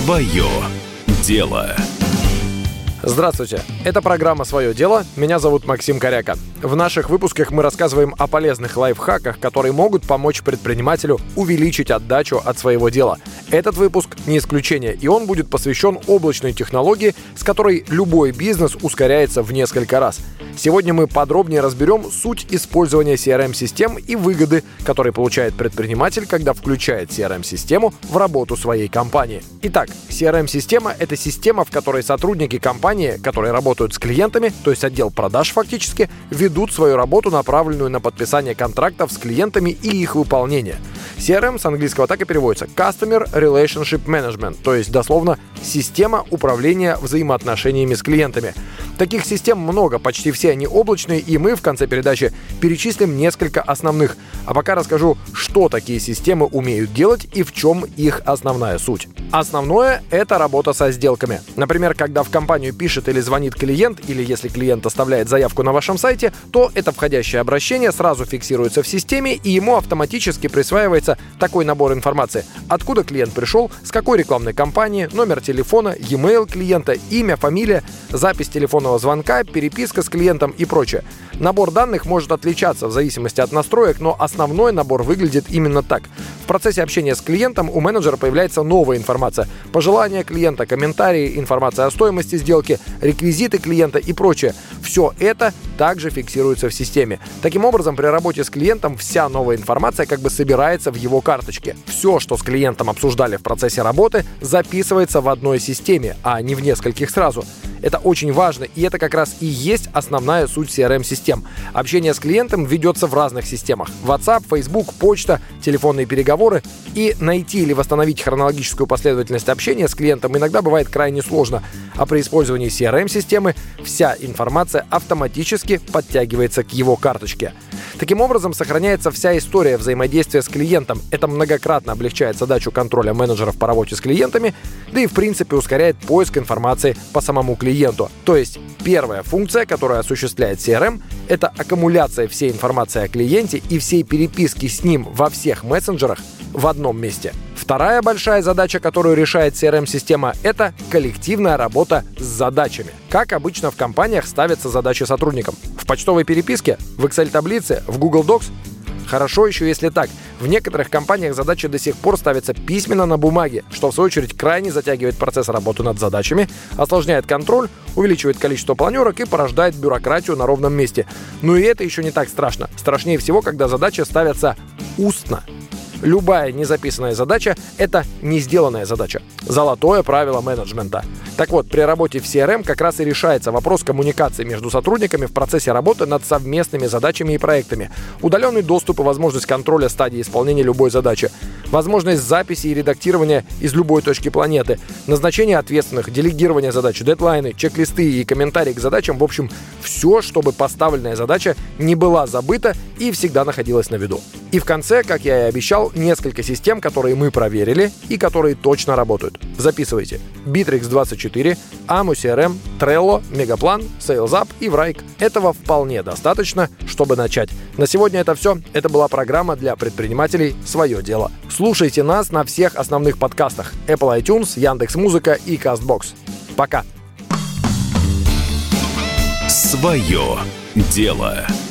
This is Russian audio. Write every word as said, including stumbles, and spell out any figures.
Свое дело. Здравствуйте, это программа «Свое дело». Меня зовут Максим Коряка. В наших выпусках мы рассказываем о полезных лайфхаках, которые могут помочь предпринимателю увеличить отдачу от своего дела. Этот выпуск не исключение, и он будет посвящен облачной технологии, с которой любой бизнес ускоряется в несколько раз. Сегодня мы подробнее разберем суть использования си ар эм-систем и выгоды, которые получает предприниматель, когда включает си ар эм-систему в работу своей компании. Итак, си ар эм-система — это система, в которой сотрудники компании, которые работают с клиентами, то есть отдел продаж фактически, ведут свою работу, направленную на подписание контрактов с клиентами и их выполнение. си ар эм с английского так и переводится Customer Relationship Management, то есть дословно система управления взаимоотношениями с клиентами. Таких систем много, почти все они облачные, и мы в конце передачи перечислим несколько основных. А пока расскажу, что такие системы умеют делать и в чем их основная суть. Основное — это работа со сделками. Например, когда в компанию пишет или звонит клиент, или если клиент оставляет заявку на вашем сайте, то это входящее обращение сразу фиксируется в системе, и ему автоматически присваивается такой набор информации: откуда клиент пришел, с какой рекламной кампании, номер телефона, e-mail клиента, имя, фамилия, запись телефонного звонка, переписка с клиентом и прочее. Набор данных может отличаться в зависимости от настроек, но основной набор выглядит именно так. В процессе общения с клиентом у менеджера появляется новая информация: пожелания клиента, комментарии, информация о стоимости сделки, реквизиты клиента и прочее. Все это также фиксируется в системе. Таким образом, при работе с клиентом вся новая информация как бы собирается в его карточке. Все, что с клиентом обсуждали в процессе работы, записывается в одной системе, а не в нескольких сразу. Это очень важно, и это как раз и есть основная суть си ар эм-систем. Общение с клиентом ведется в разных системах: WhatsApp, Facebook, почта, телефонные переговоры. И найти или восстановить хронологическую последовательность общения с клиентом иногда бывает крайне сложно. А при использовании си ар эм-системы вся информация автоматически подтягивается к его карточке. Таким образом, сохраняется вся история взаимодействия с клиентом. Это многократно облегчает задачу контроля менеджеров по работе с клиентами, да и в принципе ускоряет поиск информации по самому клиенту. То есть первая функция, которую осуществляет си ар эм, это аккумуляция всей информации о клиенте и всей переписки с ним во всех мессенджерах в одном месте. Вторая большая задача, которую решает си ар эм-система, это коллективная работа с задачами. Как обычно в компаниях ставятся задачи сотрудникам? В почтовой переписке? В Excel-таблице? В Google Docs? Хорошо еще, если так. В некоторых компаниях задачи до сих пор ставятся письменно на бумаге, что в свою очередь крайне затягивает процесс работы над задачами, осложняет контроль, увеличивает количество планерок и порождает бюрократию на ровном месте. Но и это еще не так страшно. Страшнее всего, когда задачи ставятся устно. Любая незаписанная задача — это не сделанная задача. Золотое правило менеджмента. Так вот, при работе в си ар эм как раз и решается вопрос коммуникации между сотрудниками в процессе работы над совместными задачами и проектами. Удаленный доступ и возможность контроля стадии исполнения любой задачи. Возможность записи и редактирования из любой точки планеты. Назначение ответственных, делегирование задач, дедлайны, чек-листы и комментарии к задачам. В общем, все, чтобы поставленная задача не была забыта и всегда находилась на виду. И в конце, как я и обещал, несколько систем, которые мы проверили и которые точно работают. Записывайте: Bittrex двадцать четыре, Amo си ар эм, Trello, Megaplan, SalesUp и Wrike. Этого вполне достаточно, чтобы начать. На сегодня это все. Это была программа для предпринимателей «Свое дело». Слушайте нас на всех основных подкастах: Apple iTunes, Яндекс.Музыка и CastBox. Пока! Свое дело.